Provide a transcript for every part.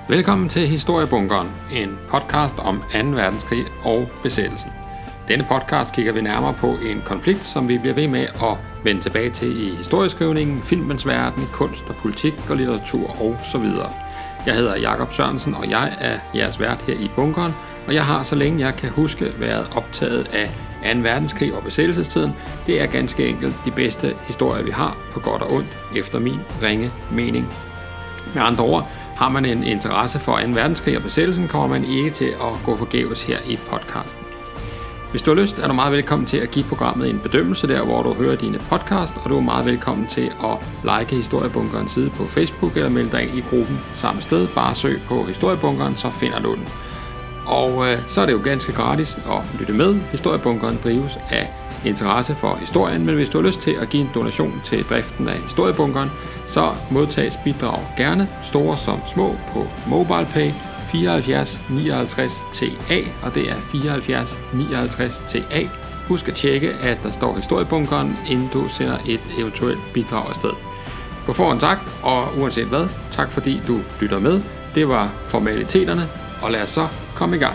Velkommen til Historiebunkeren, en podcast om 2. verdenskrig og besættelsen. Denne podcast kigger vi nærmere på en konflikt, som vi bliver ved med at vende tilbage til i historieskrivningen, filmens verden, kunst og politik og litteratur og så videre. Jeg hedder Jakob Sørensen, og jeg er jeres vært her i bunkeren, og jeg har, så længe jeg kan huske, været optaget af 2. verdenskrig og besættelsestiden. Det er ganske enkelt de bedste historier, vi har, på godt og ondt, efter min ringe mening. Med andre ord, har man en interesse for 2. verdenskrig og besættelsen, kommer man ikke til at gå forgæves her i podcasten. Hvis du har lyst, er du meget velkommen til at give programmet en bedømmelse der, hvor du hører dine podcast, og du er meget velkommen til at like Historiebunkerens side på Facebook eller melde dig ind i gruppen samme sted. Bare søg på Historiebunkeren, så finder du den. Og så er det jo ganske gratis at lytte med. Historiebunkeren drives af interesse for historien, men hvis du har lyst til at give en donation til driften af Historiebunkeren, så modtages bidrag gerne, store som små, på MobilePay 74 59 TA, og det er 74 59 TA. Husk at tjekke, at der står Historiebunkeren, inden du sender et eventuelt bidrag afsted. På forhånd tak, og uanset hvad, tak fordi du lytter med. Det var formaliteterne, og lad os så komme i gang.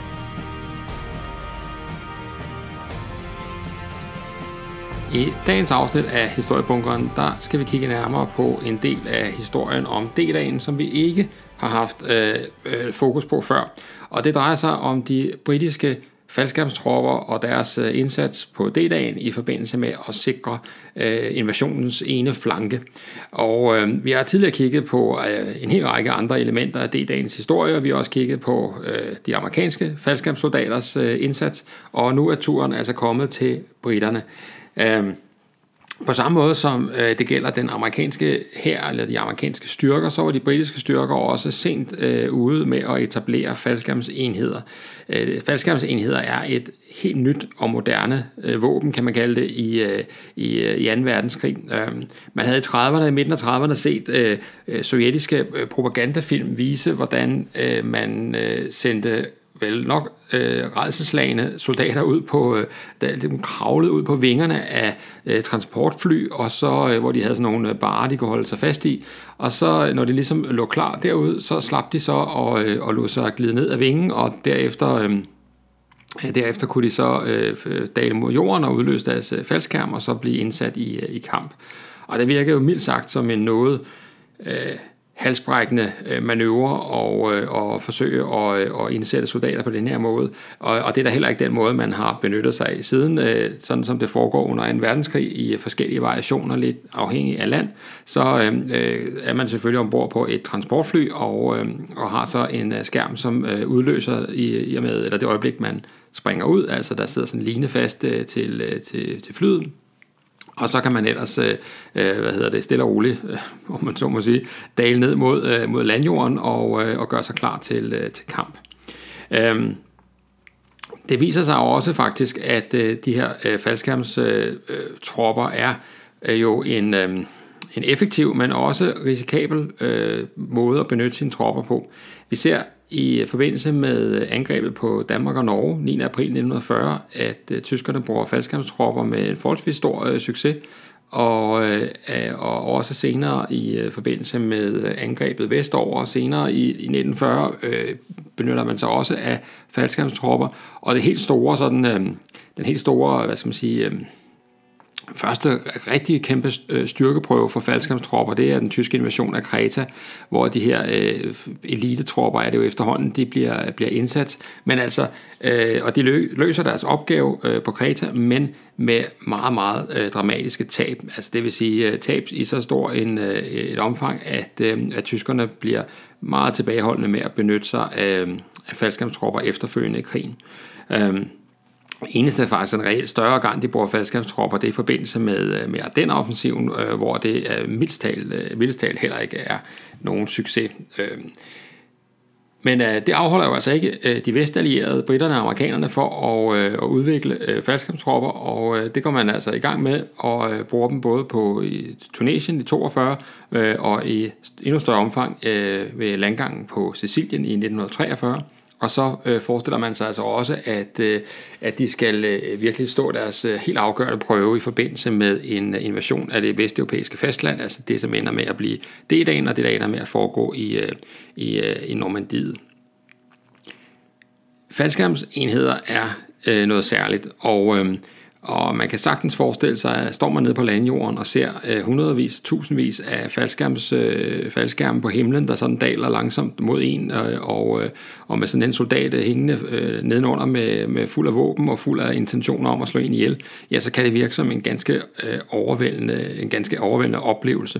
I dagens afsnit af Historiebunkeren, der skal vi kigge nærmere på en del af historien om D-dagen, som vi ikke har haft fokus på før. Og det drejer sig om de britiske faldskærmstropper og deres indsats på D-dagen i forbindelse med at sikre invasionens ene flanke. Og vi har tidligere kigget på en hel række andre elementer af D-dagens historie, og vi har også kigget på de amerikanske faldskærmssoldaters indsats, og nu er turen altså kommet til briterne. På samme måde som det gælder den amerikanske hær eller de amerikanske styrker, så var de britiske styrker også sent ude med at etablere faldskærmsenheder. Faldskærmsenheder er et helt nyt og moderne våben, kan man kalde det, i 2. verdenskrig. Man havde i 30'erne, i midten af 30'erne set sovjetiske propagandafilm vise, hvordan man sendte vel nok rædselsslagne soldater ud på, de kravlede ud på vingerne af transportfly, og så hvor de havde sådan nogle barer, de kunne holde sig fast i, og så når de ligesom lå klar derude, så slap de så og lod sig glide ned af vingen, og derefter kunne de så dale mod jorden og udløse deres faldskærm og så blive indsat i kamp. Og det virker jo mildt sagt som en noget halsbrækkende manøvre og forsøge at indsætte soldater på den her måde. Og det er da heller ikke den måde, man har benyttet sig af siden, sådan som det foregår under 2. verdenskrig i forskellige variationer, lidt afhængig af land. Så er man selvfølgelig ombord på et transportfly og har så en skærm, som udløser i og med, eller det øjeblik, man springer ud, altså der sidder sådan en line fast til flyet. Og så kan man ellers, stille og roligt, om man så må sige, dale ned mod landjorden og gøre sig klar til kamp. Det viser sig også faktisk, at de her faldskærmstropper er jo en effektiv, men også risikabel måde at benytte sine tropper på. Vi ser i forbindelse med angrebet på Danmark og Norge 9. april 1940, at tyskerne bruger faldskærmstropper med forholdsvis stor succes, og også senere i forbindelse med angrebet vestover, og senere i 1940 benytter man sig også af faldskærmstropper, og det helt store, sådan, den helt store, hvad skal man sige, første rigtig kæmpe styrkeprøve for faldskærmstropper, det er den tyske invasion af Kreta, hvor de her elitetropper, er det jo efterhånden, de bliver indsat, men altså, og de løser deres opgave på Kreta, men med meget, meget dramatiske tab. Altså det vil sige tab i så stor et omfang, at tyskerne bliver meget tilbageholdende med at benytte sig af faldskærmstropper efterfølgende i krigen. Eneste faktisk en reelt større gang, de bruger faldskærmstropper, det er i forbindelse med Ardenner-offensiven, hvor det mildest talt heller ikke er nogen succes. Men det afholder jo altså ikke de vestallierede, briterne og amerikanerne, for at udvikle faldskærmstropper, og det går man altså i gang med, og bruger dem både i Tunesien i 42 og i endnu større omfang ved landgangen på Sicilien i 1943. Og så forestiller man sig altså også, at de skal virkelig stå deres helt afgørende prøve i forbindelse med en invasion af det vesteuropæiske fastland, altså det, som ender med at blive D-dagen, og det, der ender med at foregå i Normandiet. Faldskærmsenheder er noget særligt, og man kan sagtens forestille sig, at står man nede på landjorden og ser hundredvis, tusindvis af faldskærme på himlen, der sådan daler langsomt mod en, og med sådan en soldat hængende nedenunder med fuld af våben og fuld af intentioner om at slå en ihjel, ja, så kan det virke som en ganske overvældende oplevelse.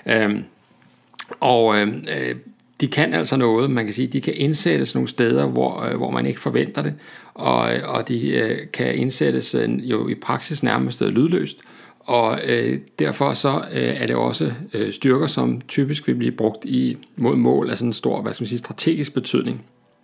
De kan altså noget, man kan sige, de kan indsættes nogle steder, hvor man ikke forventer det, og de kan indsættes jo i praksis nærmest lydløst, og derfor så er det også styrker, som typisk vil blive brugt mod mål af sådan en stor, strategisk betydning.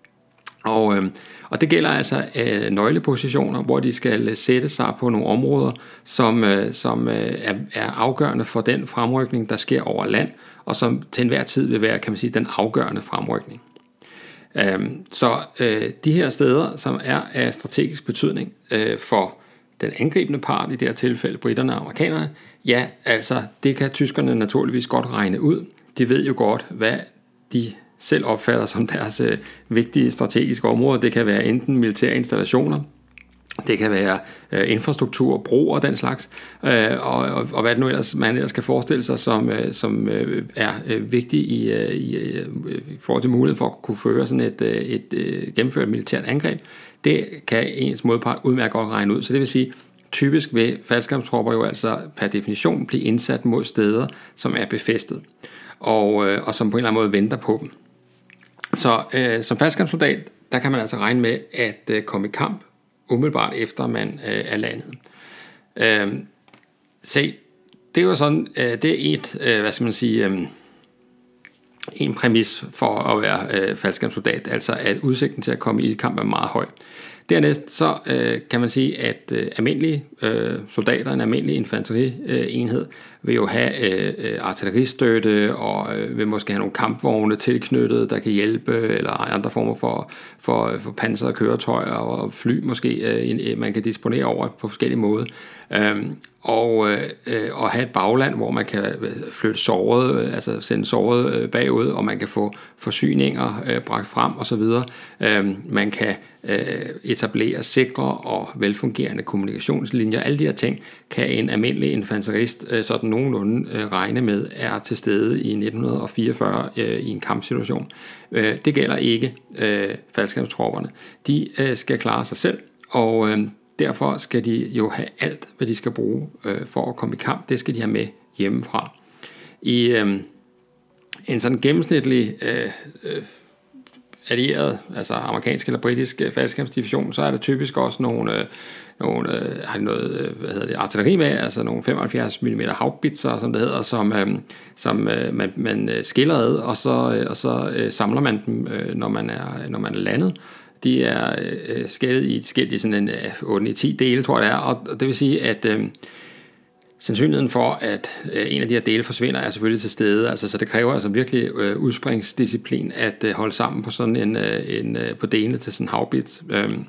Og det gælder altså nøglepositioner, hvor de skal sætte sig på nogle områder, som er afgørende for den fremrykning, der sker over land, og som til enhver tid vil være, kan man sige, den afgørende fremrykning. Så de her steder, som er af strategisk betydning for den angribende part, i det her tilfælde briterne og amerikanerne, ja, altså det kan tyskerne naturligvis godt regne ud. De ved jo godt, hvad de selv opfatter som deres vigtige strategiske områder. Det kan være enten militære installationer, det kan være infrastruktur, broer og den slags, og hvad det nu ellers, man ellers kan forestille sig, som er vigtigt i forhold til mulighed for at kunne føre sådan et gennemført militært angreb. Det kan ens modpart udmærket godt regne ud. Så det vil sige, typisk vil faldskærmstropper jo altså per definition blive indsat mod steder, som er befæstet, og som på en eller anden måde venter på dem. Så som faldskærmssoldat, der kan man altså regne med at komme i kamp umiddelbart efter man er landet. Se, det er jo sådan, det er en præmis for at være faldskærmssoldat, altså at udsigten til at komme i ildkamp er meget høj. Dernæst så kan man sige, at almindelige soldater, en almindelig infanterienhed, vil jo have artilleristøtte og vil måske have nogle kampvogne tilknyttet, der kan hjælpe, eller andre former for pansrede køretøjer og fly måske, man kan disponere over på forskellige måder. Og have et bagland, hvor man kan flytte sårede, altså sende sårede bagud, og man kan få forsyninger bragt frem osv. Man kan etablere sikre og velfungerende kommunikationslinjer. Alle de her ting kan en almindelig infanterist sådan nogenlunde regne med er til stede i 1944 i en kampsituation. Det gælder ikke faldskærmstropperne. De skal klare sig selv, og derfor skal de jo have alt, hvad de skal bruge for at komme i kamp. Det skal de have med hjemmefra. I en sådan gennemsnitlig allieret, altså amerikansk eller britisk faldskærmsdivision, så er der typisk også nogle har de noget artilleri med, altså nogle 75 mm haubitser, som det hedder, som man skiller ad, og så samler man dem, når man er landet. De er skilt i sådan en 8-10 dele, tror jeg det er, og det vil sige, at sandsynligheden for, at en af de her dele forsvinder, er selvfølgelig til stede, altså, så det kræver altså virkelig udspringsdisciplin at holde sammen på sådan på delene til sådan en haubits.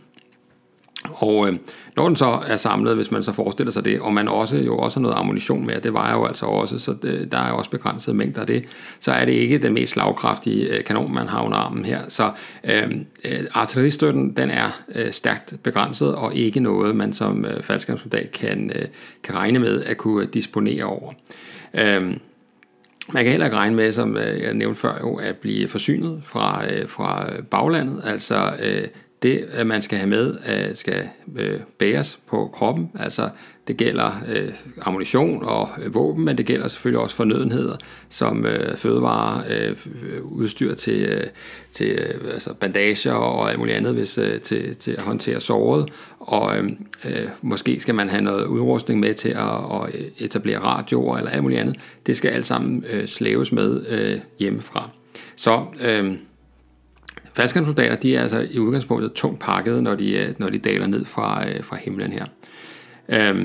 Og når den så er samlet, hvis man så forestiller sig det, og man også har noget ammunition med, det vejer jo altså også, så der er også begrænsede mængder af det, så er det ikke den mest slagkraftige kanon, man har under armen her. Så artilleristøtten, den er stærkt begrænset, og ikke noget, man som faldskærmssoldat kan regne med at kunne disponere over. Man kan heller ikke regne med, som jeg nævnte før, jo, at blive forsynet fra baglandet, altså det, man skal have med, skal bæres på kroppen. Altså, det gælder ammunition og våben, men det gælder selvfølgelig også fornødenheder, som fødevarer, udstyr til altså bandager og alt muligt andet til at håndtere såret. Og måske skal man have noget udrustning med til at etablere radioer eller alt muligt andet. Det skal alt sammen slæves med hjemmefra. Så faldskærmssoldater, de er altså i udgangspunktet tungt pakket, når de daler ned fra himlen her.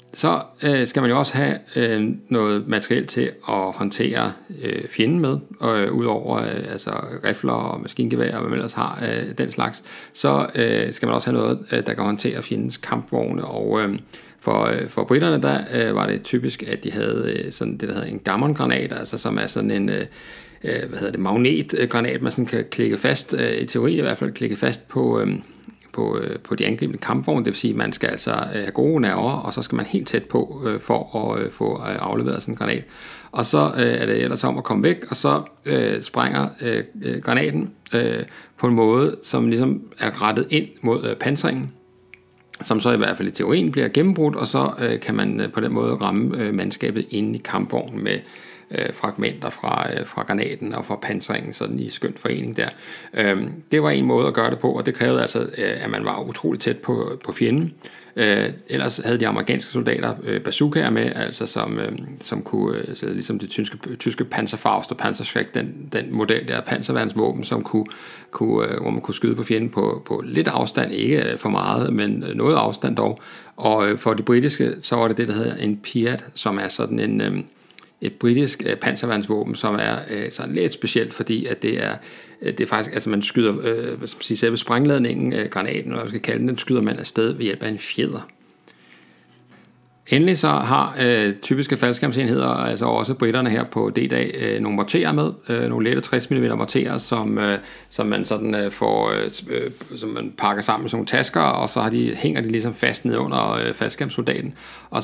Så skal man jo også have noget materiel til at håndtere fjenden med, udover altså rifler og maskingevær og hvad man ellers har den slags, så skal man også have noget, der kan håndtere fjendens kampvogne. Og for britterne, der var det typisk, at de havde sådan det, der hedder en gammon-granat, altså som er sådan en magnetgranat, man sådan kan klikke fast, i teorien i hvert fald klikke fast på de angribende kampvogne. Det vil sige, at man skal altså have gode nerver, og så skal man helt tæt på for at få afleveret sådan en granat. Og så er det ellers om at komme væk, og så sprænger granaten på en måde, som ligesom er rettet ind mod pansringen, som så i hvert fald i teorien bliver gennembrudt, og så kan man på den måde ramme mandskabet inde i kampvognen med fragmenter fra granaten og fra pansringen, sådan i skøn forening der. Det var en måde at gøre det på, og det krævede altså, at man var utroligt tæt på fjenden. Ellers havde de amerikanske soldater bazookaer med, altså som kunne, så ligesom det tyske Panzerfaust og Panzerschreck, den model der panserværnsvåben, som kunne, hvor man kunne skyde på fjenden på lidt afstand, ikke for meget, men noget afstand dog. Og for de britiske, så var det der hedder en Piat, som er sådan et britisk panserværnsvåben, som er sådan lidt specielt, fordi at det er faktisk, altså man skyder, selve sprængladningen, granaten, hvad man skal kalde den skyder man afsted ved hjælp af en fjeder. Endelig så har typiske faldskærmsenheder, altså også britterne her på D-dag, nogle morterer med, nogle lette 60 mm morterer, som man sådan får, som man pakker sammen med sådan nogle tasker, og så hænger de ligesom fast ned under faldskærmssoldaten, og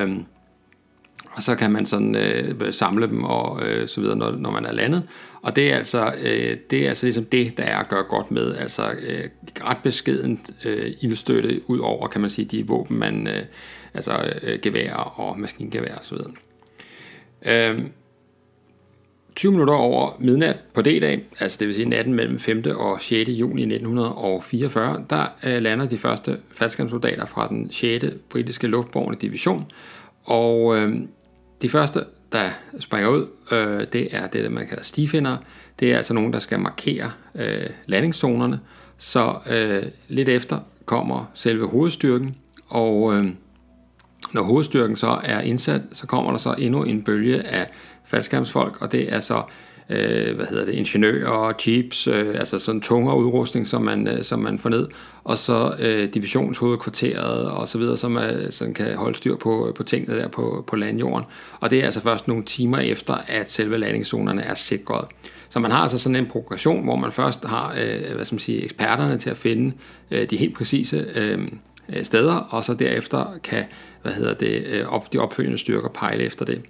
så kan man sådan samle dem og så videre, når man er landet. Og det er altså ligesom det, der er at gøre godt med. Altså ret beskedent ildstøtte ud over, kan man sige, de våben, man gevær og maskingevær og så videre. 20 minutter over midnat på D-dag, altså det vil sige natten mellem 5. og 6. juni 1944, der lander de første faldskærmssoldater fra den 6. britiske luftbårne division. Og de første, der springer ud, det er det, man kalder stifinder. Det er altså nogen, der skal markere landingszonerne. Så lidt efter kommer selve hovedstyrken, og når hovedstyrken så er indsat, så kommer der så endnu en bølge af faldskærmsfolk, og det er så ingeniører og jeeps, altså sådan tungere udrustning, som man får ned, og så divisionshovedkvarteret og så videre, som kan holde styr på tingene der på landjorden. Og det er altså først nogle timer efter, at selve landingszonerne er sikret. Så man har altså sådan en progression, hvor man først har eksperterne til at finde de helt præcise steder, og så derefter kan de opfølgende styrker pejle efter det.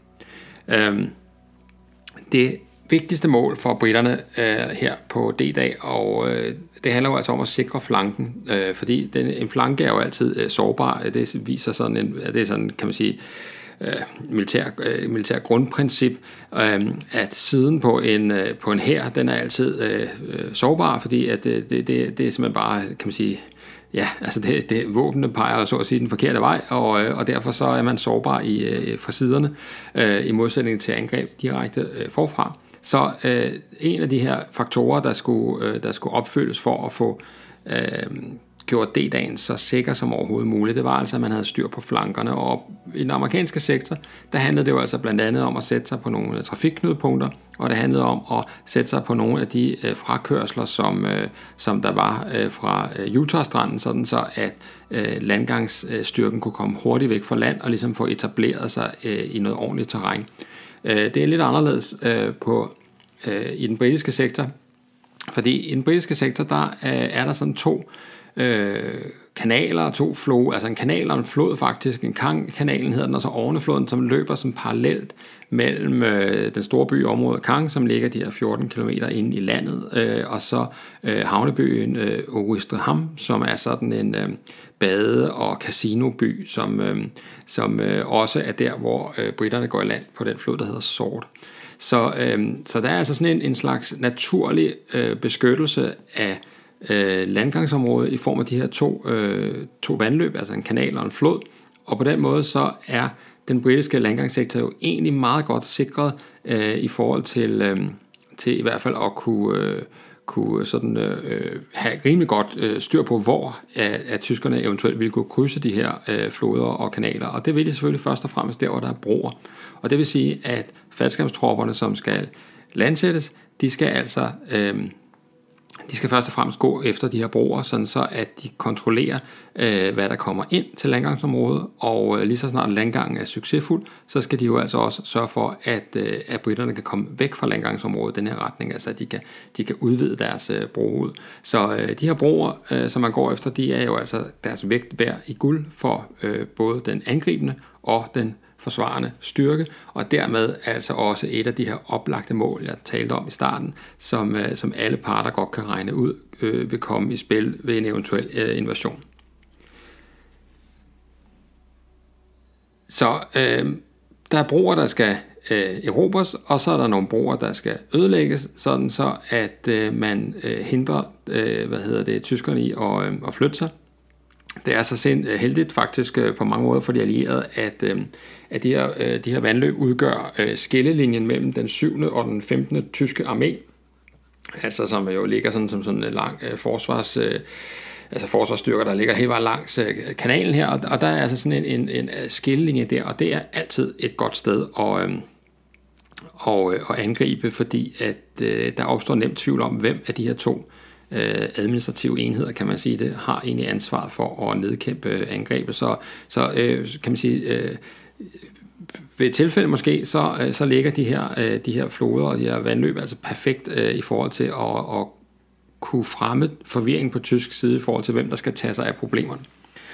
Det vigtigste mål for britterne her på D-dag, og det handler jo altså om at sikre flanken, fordi en flanke er jo altid sårbar. Det viser sådan det er sådan, kan man sige, militær grundprincip, at siden på en hær, den er altid sårbar, fordi at det er simpelthen bare, kan man sige, ja, altså våbnene peger så at sige den forkerte vej, og derfor så er man sårbar fra siderne, i modsætning til angreb direkte forfra. Så en af de her faktorer, der skulle opfyldes for at få gjort D-dagen så sikker som overhovedet muligt, det var altså, at man havde styr på flankerne. Og i den amerikanske sektor, der handlede det jo altså blandt andet om at sætte sig på nogle trafikknudepunkter, og det handlede om at sætte sig på nogle af de frakørsler, som der var fra Utah-stranden, sådan så at landgangsstyrken kunne komme hurtigt væk fra land og ligesom få etableret sig i noget ordentligt terræn. Det er lidt anderledes i den britiske sektor, fordi i den britiske sektor, der er der sådan to kanaler og to floder, altså en kanal og en flod faktisk. Kanalen hedder den, og så Ornefloden, som løber sådan parallelt mellem den store by området Caen, som ligger de her 14 km inde i landet, og så havnebyen Ouistreham, som er sådan en bade- og casinoby, som også er der, hvor britterne går i land på den flod, der hedder Sword. Så der er altså sådan en slags naturlig beskyttelse af landgangsområdet i form af de her to vandløb, altså en kanal og en flod, og på den måde så er den britiske landgangssektor jo egentlig meget godt sikret i forhold til i hvert fald at kunne sådan, have rimelig godt styr på, hvor at tyskerne eventuelt ville kunne krydse de her floder og kanaler. Og det vil de selvfølgelig først og fremmest der, hvor der er broer. Og det vil sige, at faldskærmstropperne, som skal landsættes, de skal altså de skal først og fremmest gå efter de her broer, sådan så at de kontrollerer, hvad der kommer ind til landgangsområdet, og lige så snart landgangen er succesfuld, så skal de jo altså også sørge for, at briterne kan komme væk fra landgangsområdet i den her retning, altså at de kan udvide deres brohoved. Så de her broer, som man går efter, de er jo altså deres vægt værd i guld for både den angribende og den forsvarende styrke, og dermed altså også et af de her oplagte mål, jeg talte om i starten, som alle parter godt kan regne ud vil komme i spil ved en eventuel invasion. Så der er broer, der skal erobres, og så er der nogle broer, der skal ødelægges, sådan så at man hindrer tyskerne i at flytte sig. Det er så heldigt faktisk på mange måder for de allierede, at de her vandløb udgør skillelinjen mellem den 7. og den 15. tyske armé, altså som jo ligger som sådan en lang forsvarsstyrker, der ligger hele vejen langs kanalen her, og der er altså sådan en skillelinje der, og det er altid et godt sted at angribe, fordi at der opstår nemt tvivl om, hvem af de her to administrative enheder, kan man sige det, har egentlig ansvaret for at nedkæmpe angrebet. Så kan man sige, ved et tilfælde måske, så ligger de her floder og de her vandløb altså perfekt i forhold til at kunne fremme forvirring på tysk side i forhold til, hvem der skal tage sig af problemerne.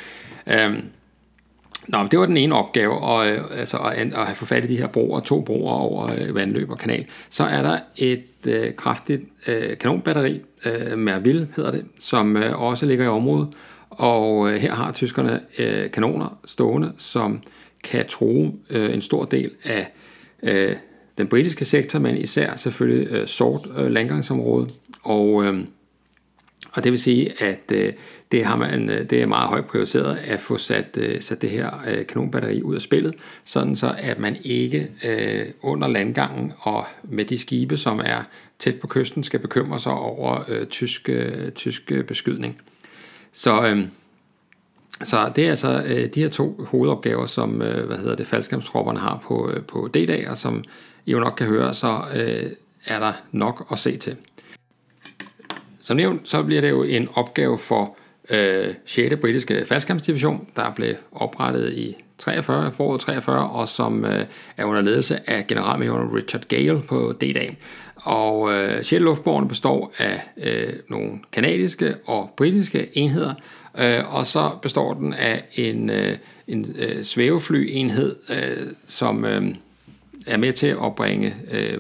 Det var den ene opgave, at have få fat i de her broer, 2 broer over vandløb og kanal. Så er der et kraftigt kanonbatteri, Merville hedder det, som også ligger i området, og her har tyskerne kanoner stående, som kan true en stor del af den britiske sektor, men især selvfølgelig sort landgangsområde, og det vil sige, at det er meget højt prioriteret at få sat det her kanonbatteri ud af spillet, sådan så at man ikke under landgangen og med de skibe, som er tæt på kysten, skal bekymre sig over tysk beskydning. Så det er altså de her 2 hovedopgaver, som faldskærmstropperne har på D-dag, og som I jo nok kan høre, så er der nok at se til. Som nævnt, så bliver det jo en opgave for 6. britiske faldskærmsdivision, der blev oprettet i foråret 43, og som er under ledelse af generalmajor Richard Gale på D-dagen. Og 6. luftborgerne består af nogle kanadiske og britiske enheder, og så består den af en svæveflyenhed, som er med til at bringe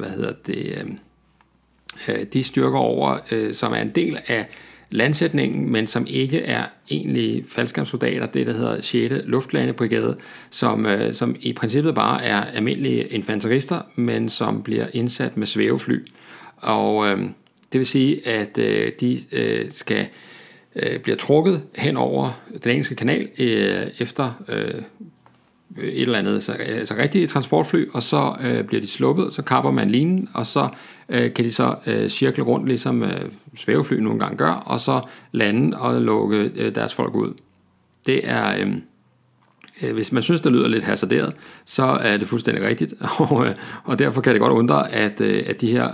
de styrker over, som er en del af landsætningen, men som ikke er egentlige faldskærmssoldater, det der hedder 6. luftlandebrigade, som i princippet bare er almindelige infanterister, men som bliver indsat med svævefly. Og det vil sige, at de bliver trukket hen over den engelske kanal efter et eller andet, altså rigtige transportfly, og så bliver de sluppet, så kapper man linen, og så kan de så cirkle rundt, ligesom svævefly nogle gange gør, og så lande og lukke deres folk ud. Det er, hvis man synes, det lyder lidt hasarderet, så er det fuldstændig rigtigt, og derfor kan det godt undre, at de her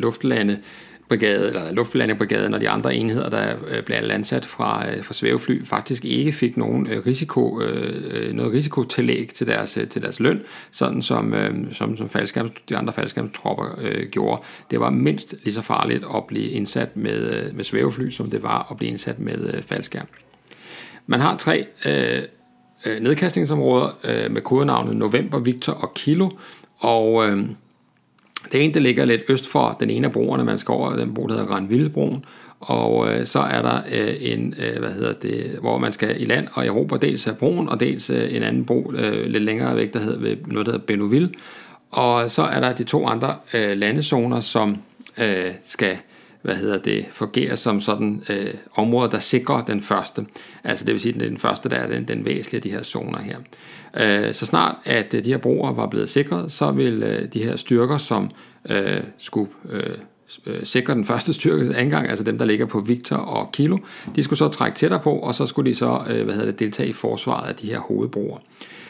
luftlandebrigaden og de andre enheder, der blev landsat fra svævefly, faktisk ikke fik nogen risikotillæg til deres løn, sådan som de andre faldskærmstropper gjorde. Det var mindst lige så farligt at blive indsat med svævefly, som det var at blive indsat med faldskærm. Man har 3 nedkastningsområder med kodenavnet November, Victor og Kilo, og det ene, der ligger lidt øst for den ene af broerne, man skal over, den bro, der hedder Granvillebroen, og så er der hvor man skal i land og erobre dels af broen, og dels en anden bro lidt længere væk, der hedder noget, der hedder Bénouville, og så er der de 2 andre landezoner, som skal fungere som sådan områder, der sikrer den første. Altså det vil sige, at den første, der er den væsentlige af de her zoner her. Så snart at de her broer var blevet sikret, så vil de her styrker, som skulle sikre den første styrkes angang, altså dem, der ligger på Victor og Kilo. De skulle så trække tættere på, og så skulle de så deltage i forsvaret af de her hovedbroer.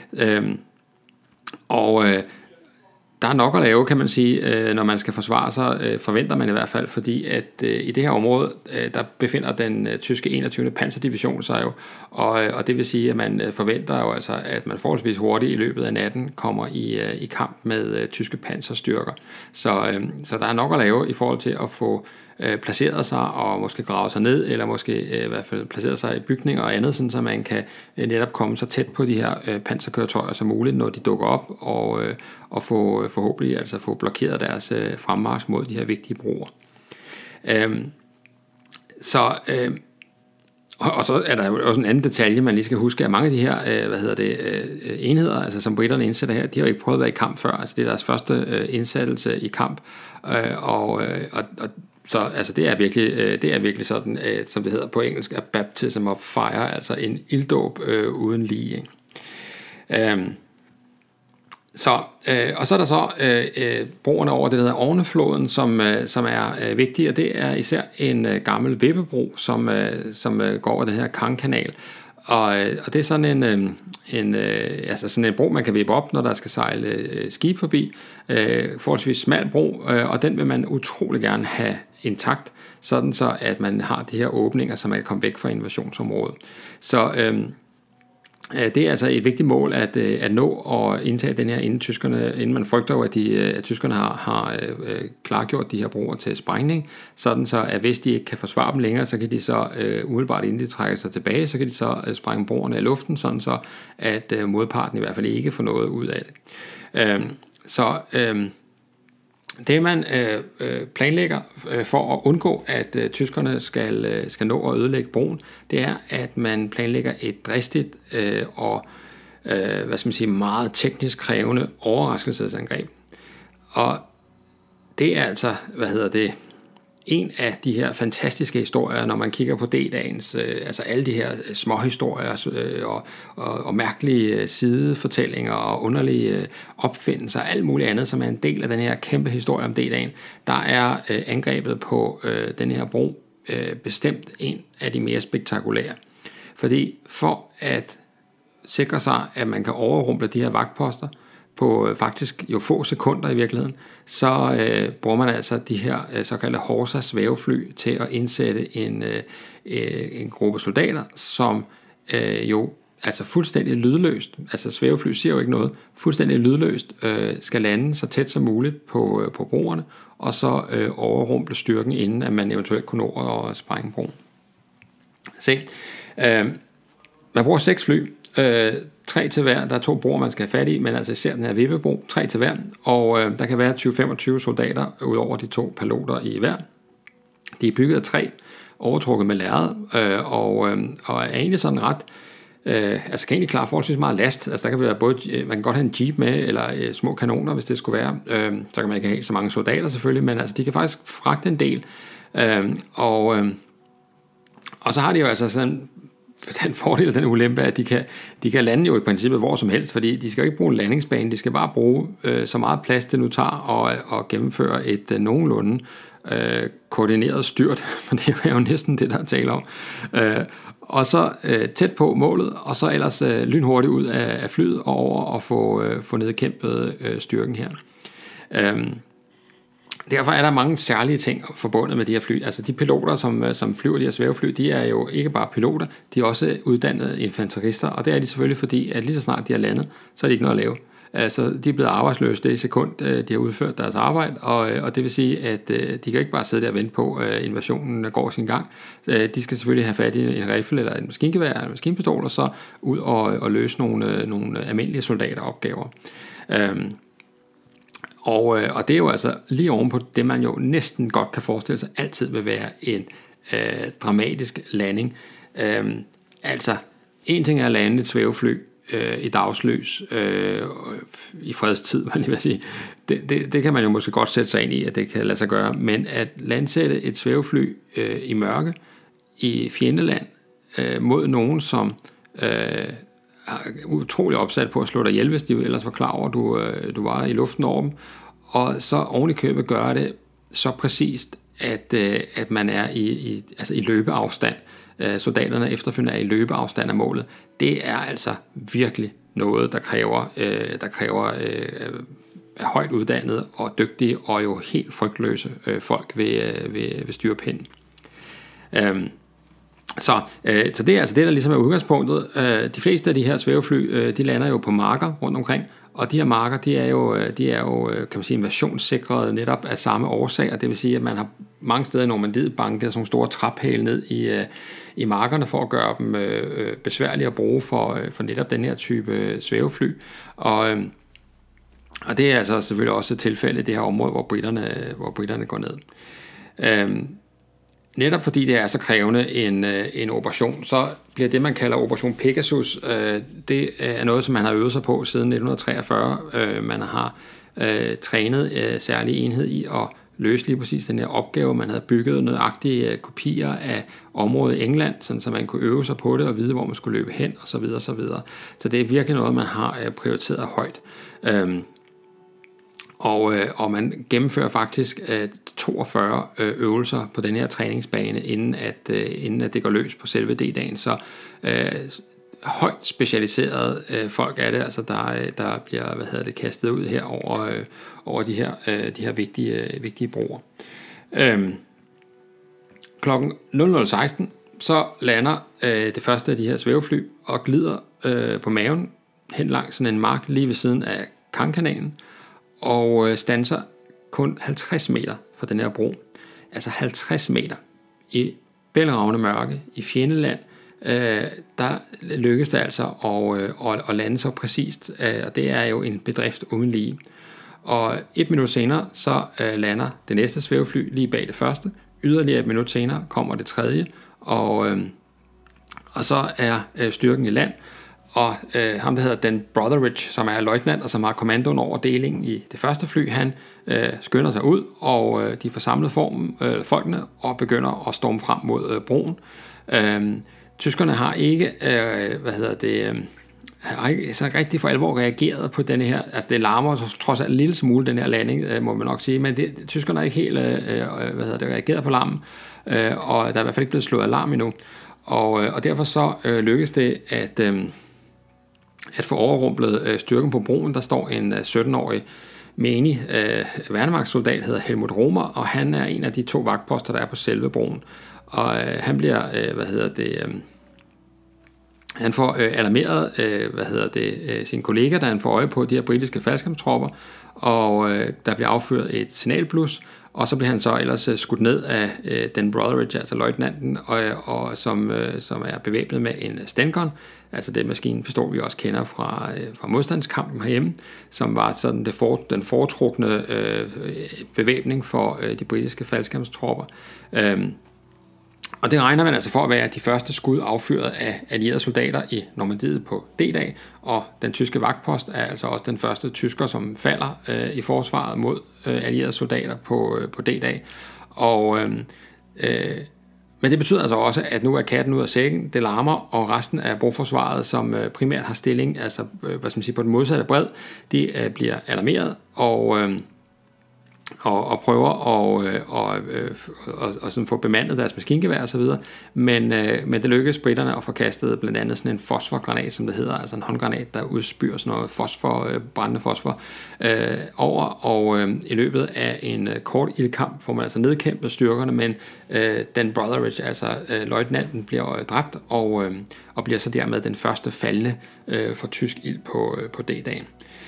Der er nok at lave, kan man sige, når man skal forsvare sig, forventer man i hvert fald, fordi at i det her område, der befinder den tyske 21. panserdivision sig jo, og det vil sige, at man forventer jo altså, at man forholdsvis hurtigt i løbet af natten kommer i kamp med tyske panserstyrker. Så der er nok at lave i forhold til at få placeret sig og måske grave sig ned, eller måske i hvert fald placeret sig i bygninger og andet, sådan så man kan netop komme så tæt på de her panserkøretøjer som muligt, når de dukker op, og forhåbentlig altså få blokeret deres fremmarch mod de her vigtige broer. Og så er der jo også en anden detalje, man lige skal huske, at mange af de her enheder, altså som briterne indsætter her, de har jo ikke prøvet at være i kamp før. Altså det er deres første indsættelse i kamp, så altså det er virkelig sådan, som det hedder på engelsk, a baptism of fire, altså en ilddåb uden lige. Og så er der så broerne over det, der hedder Ornefloden, som er vigtige, og det er især en gammel vippebro, som går over den her Caen-kanal. Og det er sådan sådan en bro, man kan vippe op, når der skal sejle skib forbi. Forholdsvis smal bro, og den vil man utrolig gerne have intakt, sådan så at man har de her åbninger, så man kan komme væk fra invasionsområdet. Så det er altså et vigtigt mål at nå og indtage den her, inden man frygter jo, at tyskerne har klargjort de her broer til sprængning, sådan så at hvis de ikke kan forsvare dem længere, så kan de så umiddelbart inden de trækker sig tilbage, så kan de så sprænge broerne i luften, sådan så at modparten i hvert fald ikke får noget ud af det. Det man planlægger for at undgå, at tyskerne skal nå at ødelægge broen, det er, at man planlægger et dristigt og meget teknisk krævende overraskelsesangreb. Og det er altså, en af de her fantastiske historier, når man kigger på D-dagens, altså alle de her små historier og mærkelige sidefortællinger og underlige opfindelser og alt muligt andet, som er en del af den her kæmpe historie om D-dagen. Der er angrebet på den her bro bestemt en af de mere spektakulære. Fordi for at sikre sig, at man kan overrumple de her vagtposter, på faktisk jo få sekunder i virkeligheden, så bruger man altså de her såkaldte Horsa svævefly til at indsætte en gruppe soldater, som jo altså fuldstændig lydløst, altså svævefly siger jo ikke noget, fuldstændig lydløst skal lande så tæt som muligt på broerne, og så overrumple styrken, inden at man eventuelt kunne nå at sprænge broen. Se, man bruger 6 fly, 3 til hver. Der er 2 broer, man skal have fat i, men altså især den her vippebro, 3 til hver, og der kan være 20-25 soldater ud over de 2 piloter i hver. De er bygget af træ, overtrukket med lærred, og er egentlig sådan ret, kan egentlig klare forholdsvis meget last. Altså der kan være man kan godt have en jeep med, eller små kanoner, hvis det skulle være. Så kan man ikke have så mange soldater selvfølgelig, men altså de kan faktisk fragte en del. Og så har de jo altså sådan den fordel og den ulempe, at de kan lande jo i princippet hvor som helst, fordi de skal jo ikke bruge en landingsbane, de skal bare bruge så meget plads det nu tager og gennemføre et nogenlunde koordineret styrt, for det er jo næsten det, der er tale om. Og så tæt på målet, og så ellers lynhurtigt ud af flyet og over og få nedkæmpet styrken her. Derfor er der mange særlige ting forbundet med de her fly. Altså de piloter, som flyver de her svævefly, de er jo ikke bare piloter, de er også uddannede infanterister, og det er de selvfølgelig, fordi at lige så snart de er landet, så er de ikke noget at lave. Altså de er blevet arbejdsløse det sekund, de har udført deres arbejde, og det vil sige, at de kan ikke bare sidde der og vente på, at invasionen går sin gang. De skal selvfølgelig have fat i en riffel eller en maskingevær eller en maskinpistol, og så ud og løse nogle almindelige soldateropgaver. Og det er jo altså lige ovenpå det, man jo næsten godt kan forestille sig altid vil være en dramatisk landing. Altså, en ting er at lande et svævefly i dagslys i fredstid, man lige vil sige. Det kan man jo måske godt sætte sig ind i, at det kan lade sig gøre, men at landsætte et svævefly i mørke i fjendeland mod nogen, som utrolig opsat på at slå dig ihjel, hvis de ellers var klar over, at du var i luften over dem, og så oven i købet gøre det så præcist, at man er i løbeafstand. Soldaterne efterfølgende er i løbeafstand af målet. Det er altså virkelig noget, der kræver højt uddannede og dygtige og jo helt frygtløse folk ved styrpinden. Så det er altså det, der ligesom er udgangspunktet. De fleste af de her svævefly, de lander jo på marker rundt omkring, og de her marker, de er jo kan man sige, invasionssikrede netop af samme årsager. Det vil sige, at man har mange steder i Normandiet banket sådan nogle store traphæle ned i markerne for at gøre dem besværlige at bruge for netop den her type svævefly. Og det er altså selvfølgelig også et tilfælde i det her område, hvor britterne går ned. Netop fordi det er så krævende en operation, så bliver det, man kalder Operation Pegasus, det er noget, som man har øvet sig på siden 1943. Man har trænet særlig enhed i at løse lige præcis den her opgave. Man havde bygget nøjagtige kopier af området i England, sådan så man kunne øve sig på det og vide, hvor man skulle løbe hen osv. osv. Så det er virkelig noget, man har prioriteret højt. Og man gennemfører faktisk 42 øvelser på den her træningsbane, inden at det går løs på selve D-dagen. Så højt specialiserede folk er det, altså der bliver kastet ud her over de her vigtige broer. Klokken 00:16 så lander det første af de her svævefly og glider på maven hen langs sådan en mark lige ved siden af Caen-kanalen, og standser kun 50 meter fra den her bro. Altså 50 meter i bælragende mørke i fjendeland. Der lykkes det altså at lande så præcist, og det er jo en bedrift uden lige. Og 1 minut senere så lander det næste svævefly lige bag det første. Yderligere 1 minut senere kommer det tredje, og så er styrken i land. Og ham, der hedder Dan Brotheridge, som er løjtnant og som har kommandoen over delingen i det første fly, han skynder sig ud, og de får samlet folkene og begynder at storme frem mod broen. Tyskerne har ikke, har ikke så rigtig for alvor reageret på denne her, altså det larmer trods alt en lille smule, den her landing, må man nok sige, men tyskerne er ikke helt reageret på larmen, og der er i hvert fald ikke blevet slået alarm endnu, og derfor så lykkes det at få overrumplet styrken på broen. Der står en 17-årig menig værnemagtssoldat, hedder Helmut Romer, og han er en af de 2 vagtposter, der er på selve broen. Og han bliver, han får alarmeret, sine kollegaer, da han får øje på de her britiske faldskærmstropper, og der bliver affyret et signalblus, og så bliver han så ellers skudt ned af Dan Brotheridge, altså løjtnanten, og som er bevæbnet med en Stengun, altså den maskinpistol, vi også kender fra modstandskampen herhjemme, som var sådan den foretrukne bevæbning for de britiske faldskærmstropper. Og det regner man altså for at være de første skud affyret af allierede soldater i Normandiet på D-dag, og den tyske vagtpost er altså også den første tysker, som falder i forsvaret mod allierede soldater på D-dag. Men det betyder altså også, at nu er katten ud af sækken, det larmer, og resten af broforsvaret, som primært har stilling, altså på den modsatte bred, de bliver alarmeret og prøver at sådan få bemandet deres maskingevær og så videre, men det lykkes britterne at få kastet blandt andet sådan en fosforgranat, som det hedder, altså en håndgranat, der udspyr sådan noget brændende fosfor over, og i løbet af en kort ildkamp får man altså nedkæmpet styrkerne, men Dan Brotheridge, altså løjtnanten, bliver dræbt og bliver så dermed den første faldne for tysk ild på D-dagen.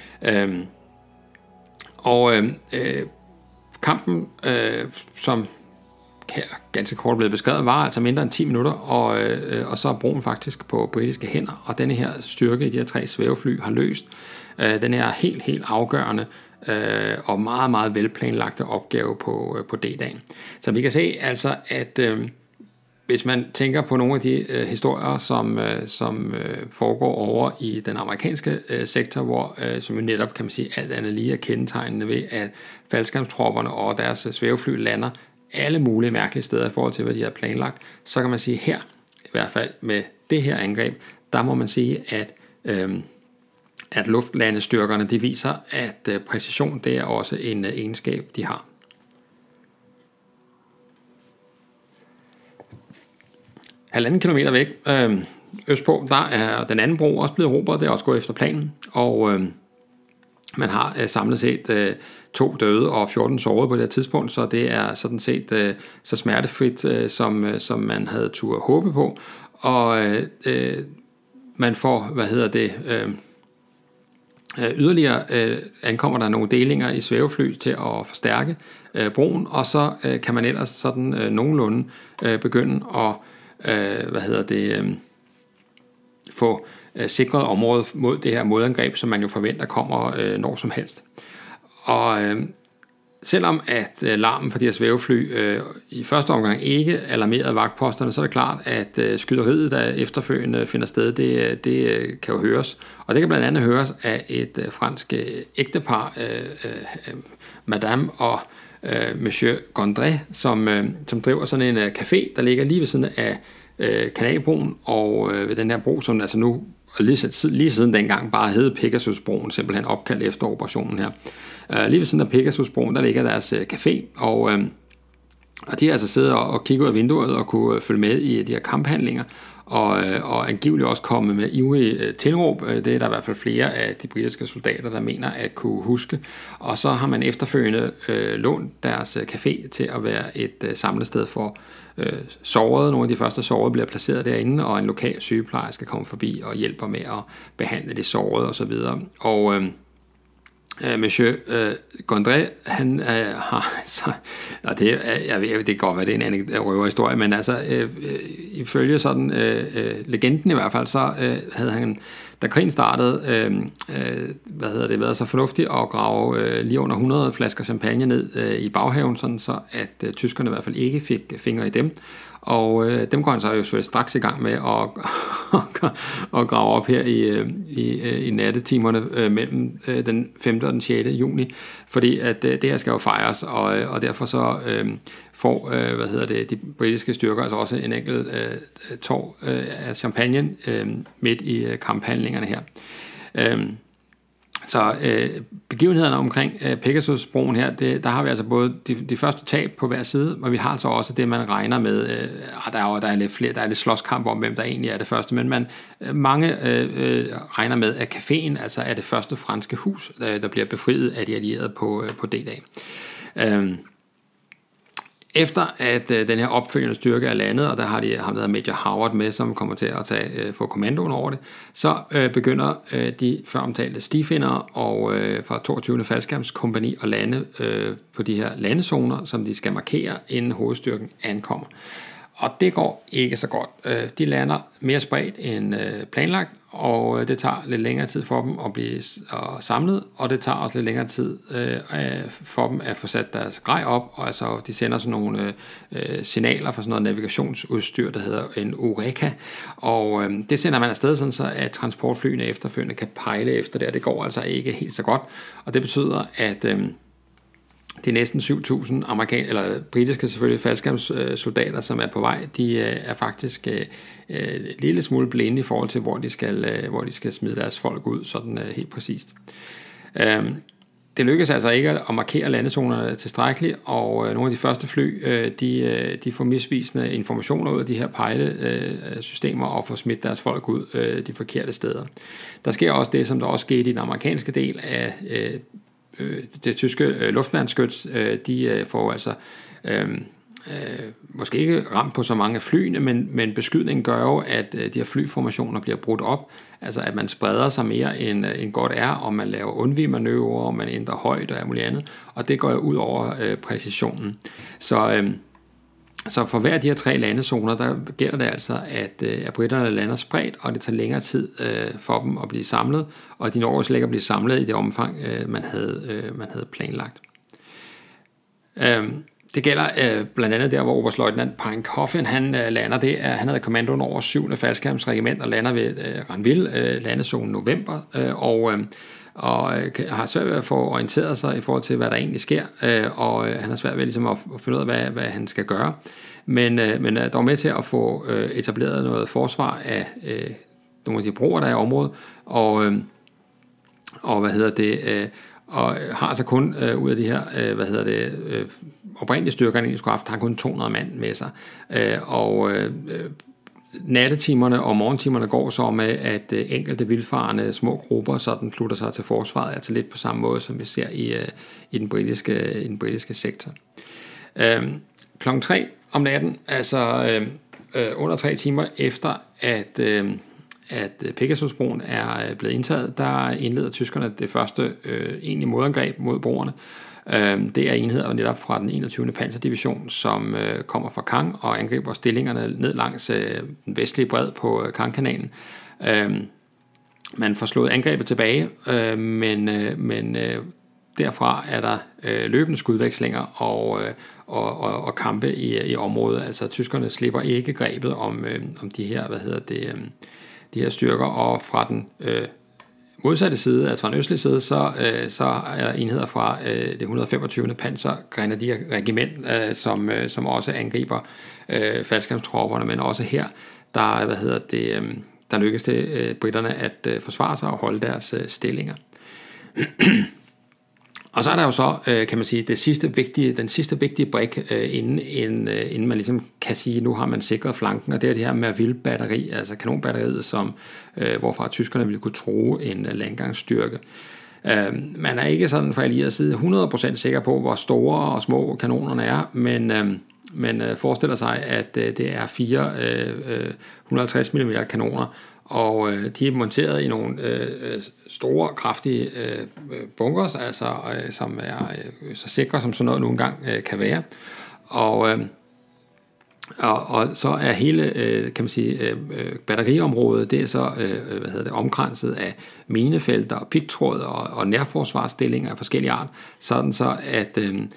Kampen, som her ganske kort blevet beskrevet, var altså mindre end 10 minutter, og så er broen faktisk på britiske hænder, og denne her styrke i de her 3 svævefly har løst den her helt afgørende og meget, meget velplanlagte opgave på D-dagen. Så vi kan se altså, at hvis man tænker på nogle af de historier, som foregår over i den amerikanske sektor, hvor som jo netop, kan man sige, alt andet lige er kendetegnende ved, at faldskærmstropperne og deres svævefly lander alle mulige mærkelige steder i forhold til, hvad de har planlagt, så kan man sige her, i hvert fald med det her angreb, der må man sige, at luftlandestyrkerne, de viser, at præcision, det er også en egenskab, de har. 1,5 kilometer væk, østpå, der er den anden bro også blevet erobret. Det er også gået efter planen, og man har samlet set 2 døde og 14 sårede på det her tidspunkt, så det er sådan set så smertefrit, som man havde turde håbe på. Og man får, yderligere ankommer der nogle delinger i svævefly til at forstærke broen, og så kan man ellers sådan nogenlunde begynde at få sikret området mod det her modangreb, som man jo forventer kommer når som helst. Og selvom at larmen for de her svævefly i første omgang ikke alarmerede vagtposterne, så er det klart, at skyderiet, der efterfølgende finder sted, det kan jo høres. Og det kan blandt andet høres af et fransk ægtepar, Madame og Monsieur Gondré, som driver sådan en café, der ligger lige ved siden af Kanalbroen, og ved den her bro, som altså nu lige siden dengang bare hed Pegasusbroen, simpelthen opkaldt efter operationen her. Lige ved siden af Pegasusbroen, der ligger deres café, og de har altså siddet og kigget ud af vinduet og kunne følge med i de her kamphandlinger, og angiveligt også komme med ivrige tilråb. Det er der i hvert fald flere af de britiske soldater, der mener at kunne huske. Og så har man efterfølgende lånt deres café til at være et samlested for sårede. Nogle af de første sårede bliver placeret derinde, og en lokal sygeplejerske kommer forbi og hjælper med at behandle de sårede osv. Og Monsieur Gondré, han har så, og det kan godt være, det er en anden røverhistorie, men altså ifølge sådan legenden i hvert fald, så havde han, da krigen startede, været så fornuftigt at grave lige under 100 flasker champagne ned i baghaven, sådan så at tyskerne i hvert fald ikke fik fingre i dem. Og dem går han så jo straks i gang med at grave op her i nattetimerne mellem den 5. og den 6. juni, fordi at det her skal jo fejres, og derfor så får de britiske styrker altså også en enkelt tår af champagne midt i kamphandlingerne her. Så begivenhederne omkring Pegasusbroen her, der har vi altså både de første tab på hver side, og vi har altså også det, man regner med. Der er lidt flere, der er lidt slåskamp om, hvem der egentlig er det første, men mange regner med, at caféen altså er det første franske hus, der bliver befriet af de allierede på D-dag. Efter at den her opfølgende styrke er landet, og der har de ham, der hedder Major Howard med, som kommer til at få kommandoen over det, så begynder de føromtalte stifinnere og fra 22. faldskærmskompagni at lande på de her landezoner, som de skal markere, inden hovedstyrken ankommer. Og det går ikke så godt. De lander mere spredt end planlagt, og det tager lidt længere tid for dem at blive samlet, og det tager også lidt længere tid for dem at få sat deres grej op, og altså de sender sådan nogle signaler fra sådan noget navigationsudstyr, der hedder en Eureka, og det sender man afsted sådan så, at transportflyene efterfølgende kan pejle efter det, og det går altså ikke helt så godt, og det betyder, at det er næsten 7.000 britiske selvfølgelig faldskærmssoldater, som er på vej. De er faktisk en lille smule blinde i forhold til, hvor de skal smide deres folk ud, sådan helt præcist. Det lykkes altså ikke at markere landezonerne tilstrækkeligt, og nogle af de første fly, de får misvisende informationer ud af de her pejlesystemer og får smidt deres folk ud de forkerte steder. Der sker også det, som der også skete i den amerikanske del af det tyske luftværnsskyts. De får altså måske ikke ramt på så mange af flyene, men beskydningen gør jo, at de her flyformationer bliver brudt op, altså at man spreder sig mere end godt er, og man laver undvigemanøvrer, og man ændrer højde og alt muligt andet, og det går jo ud over præcisionen. Så for hver af de her 3 landezoner, der gælder det altså, at britterne lander spredt, og det tager længere tid for dem at blive samlet, og de når også ikke at blive samlet i det omfang, man havde planlagt. Det gælder blandt andet der, hvor oberstløjtnant Pine Coffin, han lander. Han havde kommandoen over 7. faldskærmsregiment og lander ved Ranville, landezonen november, og har svært ved at få orienteret sig i forhold til, hvad der egentlig sker, og han har svært ved ligesom at finde ud af, hvad han skal gøre. Men er dog med til at få etableret noget forsvar af nogle af de broer, der er i området, og har altså kun ud af de her, oprindelige styrker, han skulle have haft, har kun 200 mand med sig, og nattetimerne og morgentimerne går så med, at enkelte vildfarende små grupper sådan slutter sig til forsvaret, altså lidt på samme måde, som vi ser i den britiske sektor. Klokken 3 om natten, altså under 3 timer efter, at Pegasusbroen er blevet indtaget, der indleder tyskerne det første egentlige modangreb mod broerne. Det er enheder netop fra den 21. Panserdivision, som kommer fra Caen og angriber stillingerne ned langs den vestlige bred på Caen-kanalen. Man får slået angrebet tilbage, men derfra er der løbende skudvekslinger og kampe i området. Altså tyskerne slipper ikke grebet om de her, de her styrker, og fra den modsatte side, altså fra den østlige side, så er der enheder fra det 125. Pansergrenadierregiment, som også angriber faldskærmstropperne, men også her, der lykkes det britterne at forsvare sig og holde deres stillinger. Og så er der jo så, kan man sige, den sidste vigtige brik, inden man ligesom kan sige, at nu har man sikret flanken, og det er det her Merville-batteri, altså kanonbatteriet, hvorfra tyskerne ville kunne true en landgangsstyrke. Man er ikke sådan fra allieret side 100% sikker på, hvor store og små kanonerne er, men forestiller sig, at det er 4 150 mm kanoner, og de er monteret i nogle store, kraftige bunkers, altså som er så sikre, som sådan noget nogle gange kan være. Og så er hele, kan man sige, batteriområdet, det er så omkranset af minefelter og pigtråd og nærforsvarsstillinger af forskellige art, sådan så at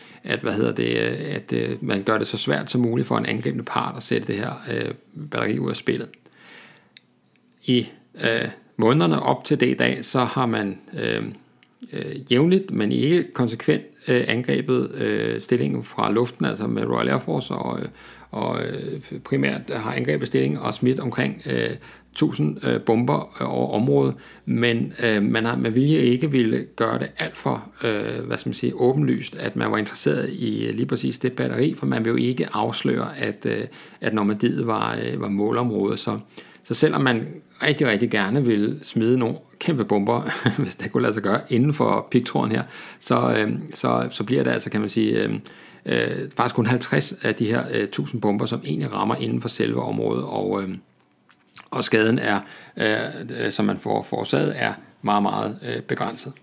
man gør det så svært som muligt for en angribende part at sætte det her batteri ud af spillet. I månederne op til D-dag, så har man jævnligt, men ikke konsekvent angrebet stillingen fra luften, altså med Royal Air Force, og primært har angrebet stillingen og smidt omkring 1000 bomber over området, men man har med vilje ikke ville gøre det alt for åbenlyst, at man var interesseret i lige præcis det batteri, for man vil jo ikke afsløre, at Normandiet var målområdet. Så selvom man rigtig, rigtig gerne vil smide nogle kæmpe bomber, hvis det kunne lade sig gøre, inden for pigtråden her, så bliver det altså, kan man sige, faktisk kun 50 af de her 1000 bomber, som egentlig rammer inden for selve området, og skaden er, som man får forårsaget, er meget, meget begrænset.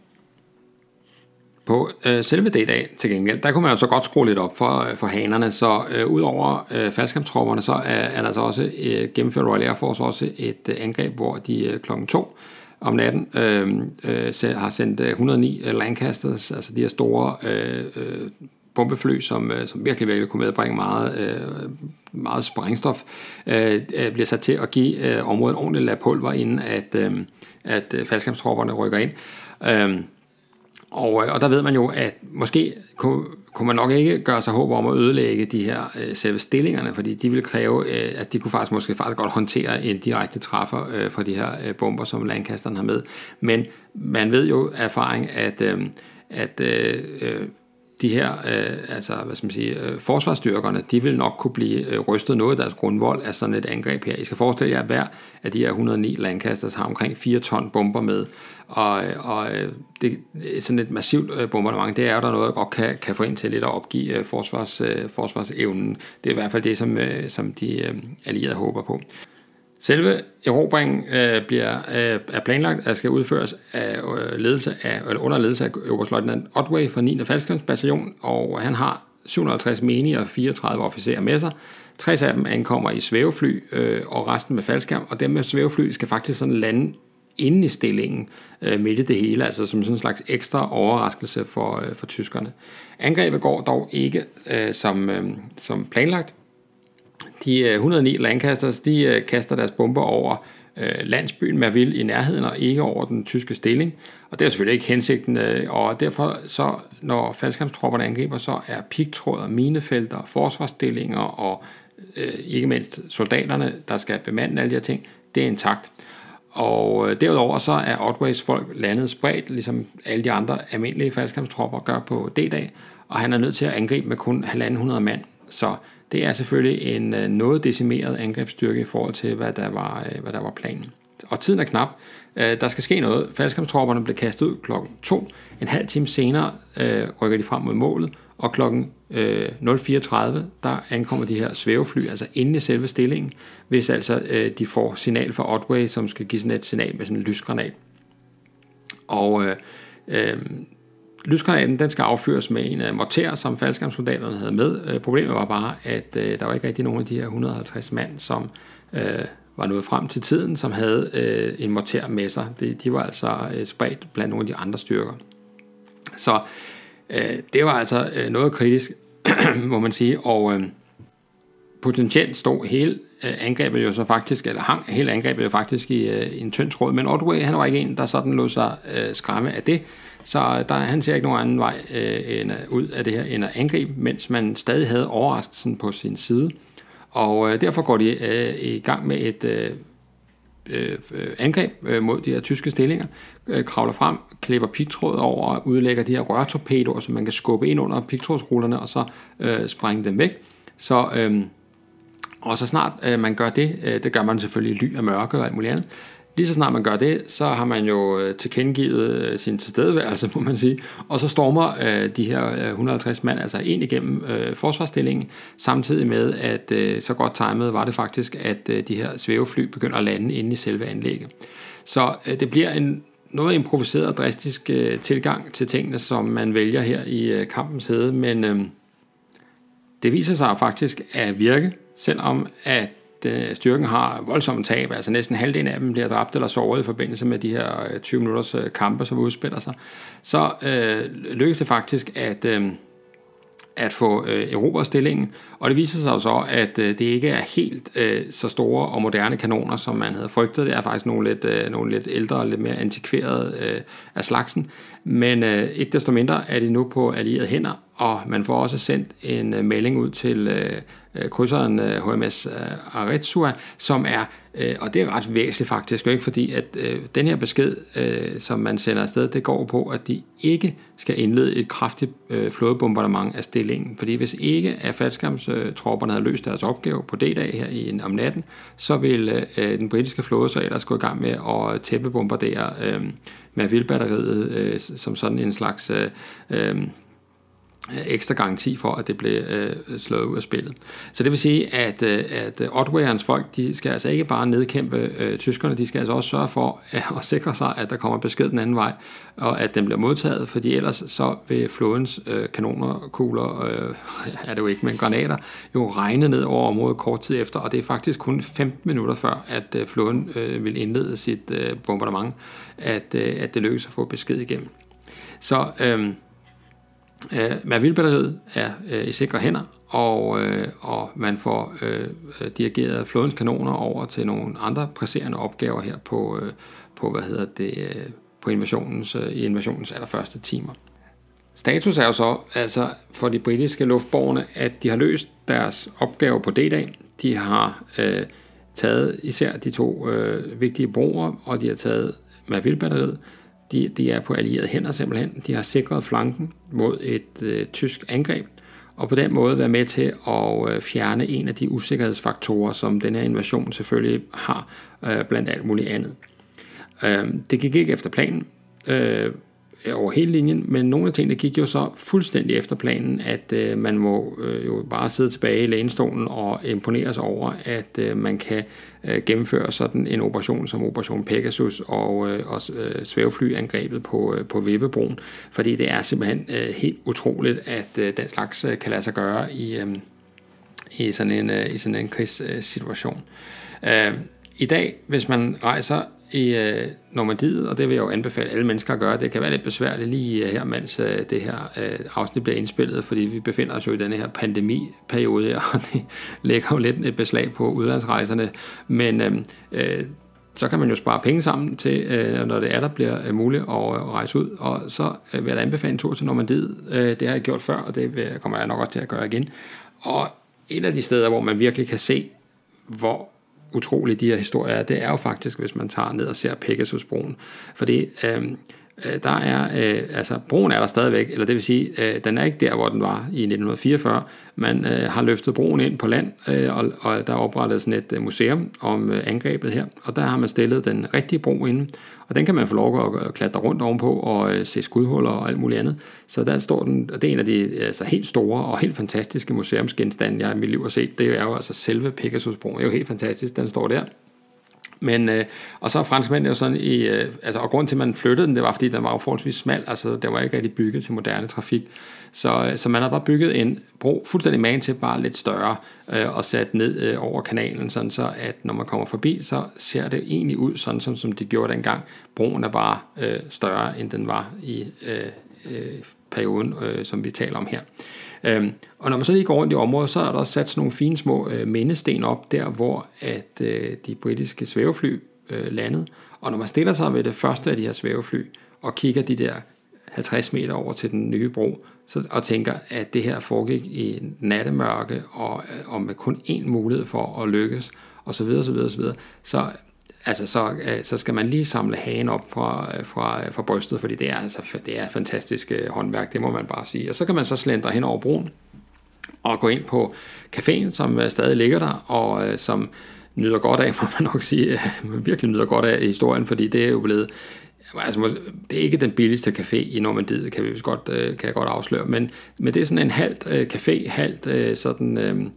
På selve D-dag til gengæld, der kunne man jo så godt skrue lidt op for hanerne, så udover faldskærmstropperne, så er der så også gennemført Royal Air Force også et angreb, hvor de klokken 2 om natten har sendt 109 Lancasters, altså de her store bombefly, som virkelig, virkelig kunne medbringe meget sprængstof, bliver sat til at give området ordentligt lag pulver, inden at faldskærmstropperne rykker ind. Og der ved man jo, at måske kunne man nok ikke gøre sig håb om at ødelægge de her selve stillingerne, fordi de ville kræve, at de kunne faktisk godt håndtere en direkte træffer for de her bomber, som Lancasteren har med. Men man ved jo af erfaring, at de her forsvarsstyrkerne, de vil nok kunne blive rystet noget af deres grundvold af sådan et angreb her. I skal forestille jer, at hver af de her 109 Lancasters har omkring 4 ton bomber med, og det er sådan et massivt bombardement. Det er jo der noget, der godt kan få ind til lidt at opgive forsvarsevnen. Det er i hvert fald det, som de allierede håber på. Selve erobringen er planlagt at skal udføres under ledelse af oberstløjtnant Otway fra 9. Faldskærmsbataljon, og han har 750 menige og 34 officerer med sig. 60 af dem ankommer i svævefly, og resten med faldskærm, og dem med svævefly skal faktisk sådan lande inde i stillingen midt i det hele, altså som sådan en slags ekstra overraskelse for tyskerne. Angrebet går dog ikke som planlagt. De 109 Lancasters, de kaster deres bomber over landsbyen Merville i nærheden, og ikke over den tyske stilling. Og det er selvfølgelig ikke hensigten, og derfor så, når faldskærmstropperne angriber, så er pigtråd, minefelter, forsvarsstillinger og ikke mindst soldaterne, der skal bemande alle de her ting, det er intakt. Og derudover så er Otways folk landet spredt, ligesom alle de andre almindelige faldskærmstropper gør på D-dag, og han er nødt til at angribe med kun 150 mand. Så det er selvfølgelig en noget decimeret angrebsstyrke i forhold til, hvad der var planen. Og tiden er knap. Der skal ske noget. Faldskærmstropperne blev kastet ud klokken 2. En halv time senere rykker de frem mod målet, og klokken 0:34, der ankommer de her svævefly, altså inde i selve stillingen, hvis altså de får signal fra Otway, som skal give sådan et signal med sådan en lysgranat. Og lysgranaten, den skal affyres med en morter, som faldskærmssoldaterne havde med. Problemet var bare, at der var ikke rigtig nogen af de her 150 mand, som var nået frem til tiden, som havde en morter med sig. De var altså spredt blandt nogle af de andre styrker. Så det var altså noget kritisk, må man sige, og potentielt stod hele angrebet jo så faktisk, eller hang hele angrebet jo faktisk i en tynd tråd, men Otway, han var ikke en, der sådan lod sig skræmme af det, så han ser ikke nogen anden vej ud af det her, end at angribe, mens man stadig havde overraskelsen på sin side, og derfor går de i gang med et angreb mod de her tyske stillinger, kravler frem, klipper pigtråd over og udlægger de her rørtorpedoer, så man kan skubbe ind under pigtrådsrullerne og så sprænge dem væk. Og så snart man gør det, det gør man selvfølgelig i ly af mørke og alt muligt andet, lige så snart man gør det, så har man jo tilkendegivet sin tilstedeværelse, må man sige, og så stormer de her 150 mand altså ind igennem forsvarsstillingen, samtidig med, at så godt timet var det faktisk, at de her svævefly begynder at lande inde i selve anlægget. Så det bliver en noget improviseret og drastisk tilgang til tingene, som man vælger her i kampens hede, men det viser sig faktisk at virke, selvom at styrken har voldsomme tab, altså næsten halvdelen af dem bliver dræbt eller såret i forbindelse med de her 20 minutters kampe, som udspiller sig, så lykkes det faktisk at få erobret stillingen, og det viser sig jo så, at det ikke er helt så store og moderne kanoner, som man havde frygtet. Det er faktisk nogle lidt ældre og lidt mere antikverede af slagsen, men ikke desto mindre er de nu på allierede hænder, og man får også sendt en melding ud til krydseren HMS Aretsuwa, som er, og det er ret væsentligt faktisk, ikke fordi at den her besked, som man sender afsted, det går på, at de ikke skal indlede et kraftigt flådebombardement af stillingen, fordi hvis ikke at faldskærmstropperne havde løst deres opgave på D-dag her om natten, så vil den britiske flåde så ellers gå i gang med at tæppebombardere Merville-batteriet som sådan en slags ekstra garanti for, at det blev slået ud af spillet. Så det vil sige, at Otway og hans folk, de skal altså ikke bare nedkæmpe tyskerne, de skal altså også sørge for at sikre sig, at der kommer besked den anden vej, og at den bliver modtaget, fordi ellers så vil flådens kanonerkugler, er det jo ikke, men granater, jo regne ned over området kort tid efter, og det er faktisk kun 15 minutter før, at flåden vil indlede sit bombardement, at det lykkes at få besked igennem. Så Merville-batteriet er i sikre hænder, og man får dirigeret flådens kanoner over til nogle andre presserende opgaver her på invasionens allerførste timer. Status er jo så altså for de britiske luftborgerne, at de har løst deres opgave på D-dag. De har taget især de to vigtige broer, og de har taget Merville-batteriet. De er på allierede hænder simpelthen. De har sikret flanken mod et tysk angreb, og på den måde være med til at fjerne en af de usikkerhedsfaktorer, som den her invasion selvfølgelig har, blandt alt muligt andet. Det gik ikke efter planen over hele linjen, men nogle af tingene gik jo så fuldstændig efter planen, at man må jo bare sidde tilbage i lænestolen og imponeres over, at man kan gennemføre sådan en operation som Operation Pegasus og svæveflyangrebet på Vebebroen, fordi det er simpelthen helt utroligt, at den slags kan lade sig gøre i sådan en krigssituation. I dag, hvis man rejser i Normandiet, og det vil jeg jo anbefale alle mennesker at gøre. Det kan være lidt besværligt lige her, mens det her afsnit bliver indspillet, fordi vi befinder os jo i denne her pandemiperiode her, og det lægger jo lidt et beslag på udlandsrejserne, men så kan man jo spare penge sammen til, når det er, der bliver muligt at rejse ud, og så vil jeg da anbefale en tur til Normandiet. Det har jeg gjort før, og det kommer jeg nok også til at gøre igen. Og et af de steder, hvor man virkelig kan se, hvor utroligt de her historier er, det er jo faktisk, hvis man tager ned og ser Pegasusbroen. Fordi der er, broen er der stadigvæk, eller det vil sige, den er ikke der, hvor den var i 1944. Man har løftet broen ind på land, og der er oprettet sådan et museum om angrebet her, og der har man stillet den rigtige bro inde, og den kan man få lov at klatre rundt ovenpå og se skudhuller og alt muligt andet. Så der står den, og det er en af de helt store og helt fantastiske museumsgenstande, jeg i mit liv har set. Det er jo altså selve Pegasusbroen, det er jo helt fantastisk, den står der. Men, og så er franskmændene jo sådan og grund til, at man flyttede den, det var, fordi den var jo forholdsvis smal, altså den var ikke rigtig bygget til moderne trafik. Så man har bare bygget en bro fuldstændig magen til, bare lidt større, og sat ned over kanalen, sådan så at når man kommer forbi, så ser det egentlig ud, sådan som de gjorde dengang. Broen er bare større, end den var i perioden, som vi taler om her. Og når man så lige går rundt i området, så er der også sat sådan nogle fine små mindesten op, der hvor at de britiske svævefly landede. Og når man stiller sig ved det første af de her svævefly, og kigger de der 50 meter over til den nye bro, og tænker, at det her foregik i nattemørke, og med kun én mulighed for at lykkes, og så videre, så videre, så videre, så skal man lige samle hagen op fra brystet, fordi det er fantastisk håndværk, det må man bare sige. Og så kan man så slendre hen over broen og gå ind på caféen, som stadig ligger der, og som nyder godt af, må man nok sige, virkelig nyder godt af historien, fordi det er jo blevet, det er ikke den billigste café i Normandiet, kan jeg godt afsløre, men det er sådan en halvt café, halvt sådan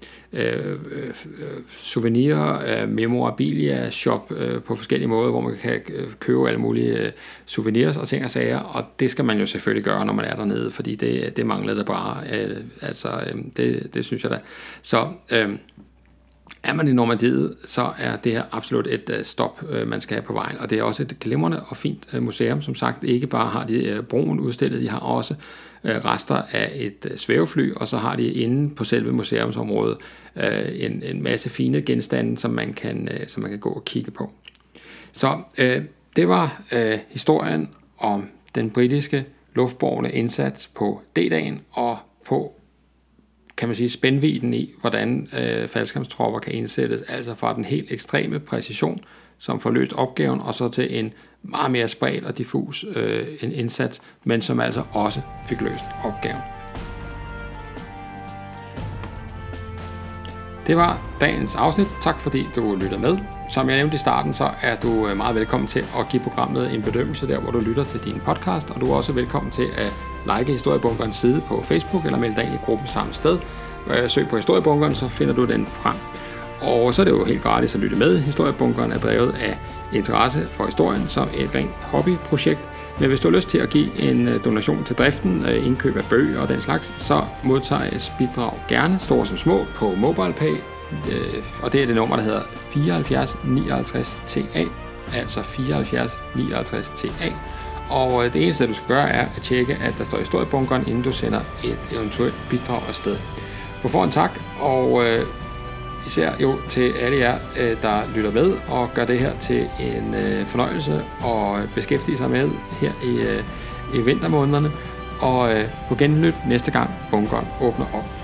souvenir, memorabilia shop på forskellige måder, hvor man kan købe alle mulige souvenirs og ting og sager, og det skal man jo selvfølgelig gøre, når man er dernede, fordi det mangler der bare, det synes jeg da. Så er man i Normandiet, så er det her absolut et stop, man skal have på vejen. Og det er også et glimrende og fint museum. Som sagt, ikke bare har de broen udstillet, de har også rester af et svævefly, og så har de inde på selve museumsområdet en masse fine genstande, som man kan gå og kigge på. Så det var historien om den britiske luftbårne indsats på D-dagen, og på, kan man sige, spændvidden i, hvordan faldskærmstropper kan indsættes, altså fra den helt ekstreme præcision, som får løst opgaven, og så til en meget mere spredt og diffus en indsats, men som altså også fik løst opgaven. Det var dagens afsnit. Tak fordi du lyttede med. Som jeg nævnte i starten, så er du meget velkommen til at give programmet en bedømmelse der, hvor du lytter til din podcast, og du er også velkommen til at like Historiebunkerens side på Facebook, eller melde dig ind i gruppen samme sted. Søg på Historiebunkeren, så finder du den frem. Og så er det jo helt gratis at lytte med. Historiebunkeren er drevet af interesse for historien som et rent hobbyprojekt. Men hvis du har lyst til at give en donation til driften, indkøb af bøger og den slags, så modtages bidrag gerne, store som små, på MobilePay. Og det er det nummer, der hedder 74 59 TA, altså 74 59 TA. Og det eneste, du skal gøre, er at tjekke, at der står Historiebunkeren, inden du sender et eventuelt bidrag afsted. På forhånd tak, og især jo til alle jer, der lytter med og gør det her til en fornøjelse og beskæftige sig med her i vintermånederne. Og på genlyt næste gang bunkeren åbner op.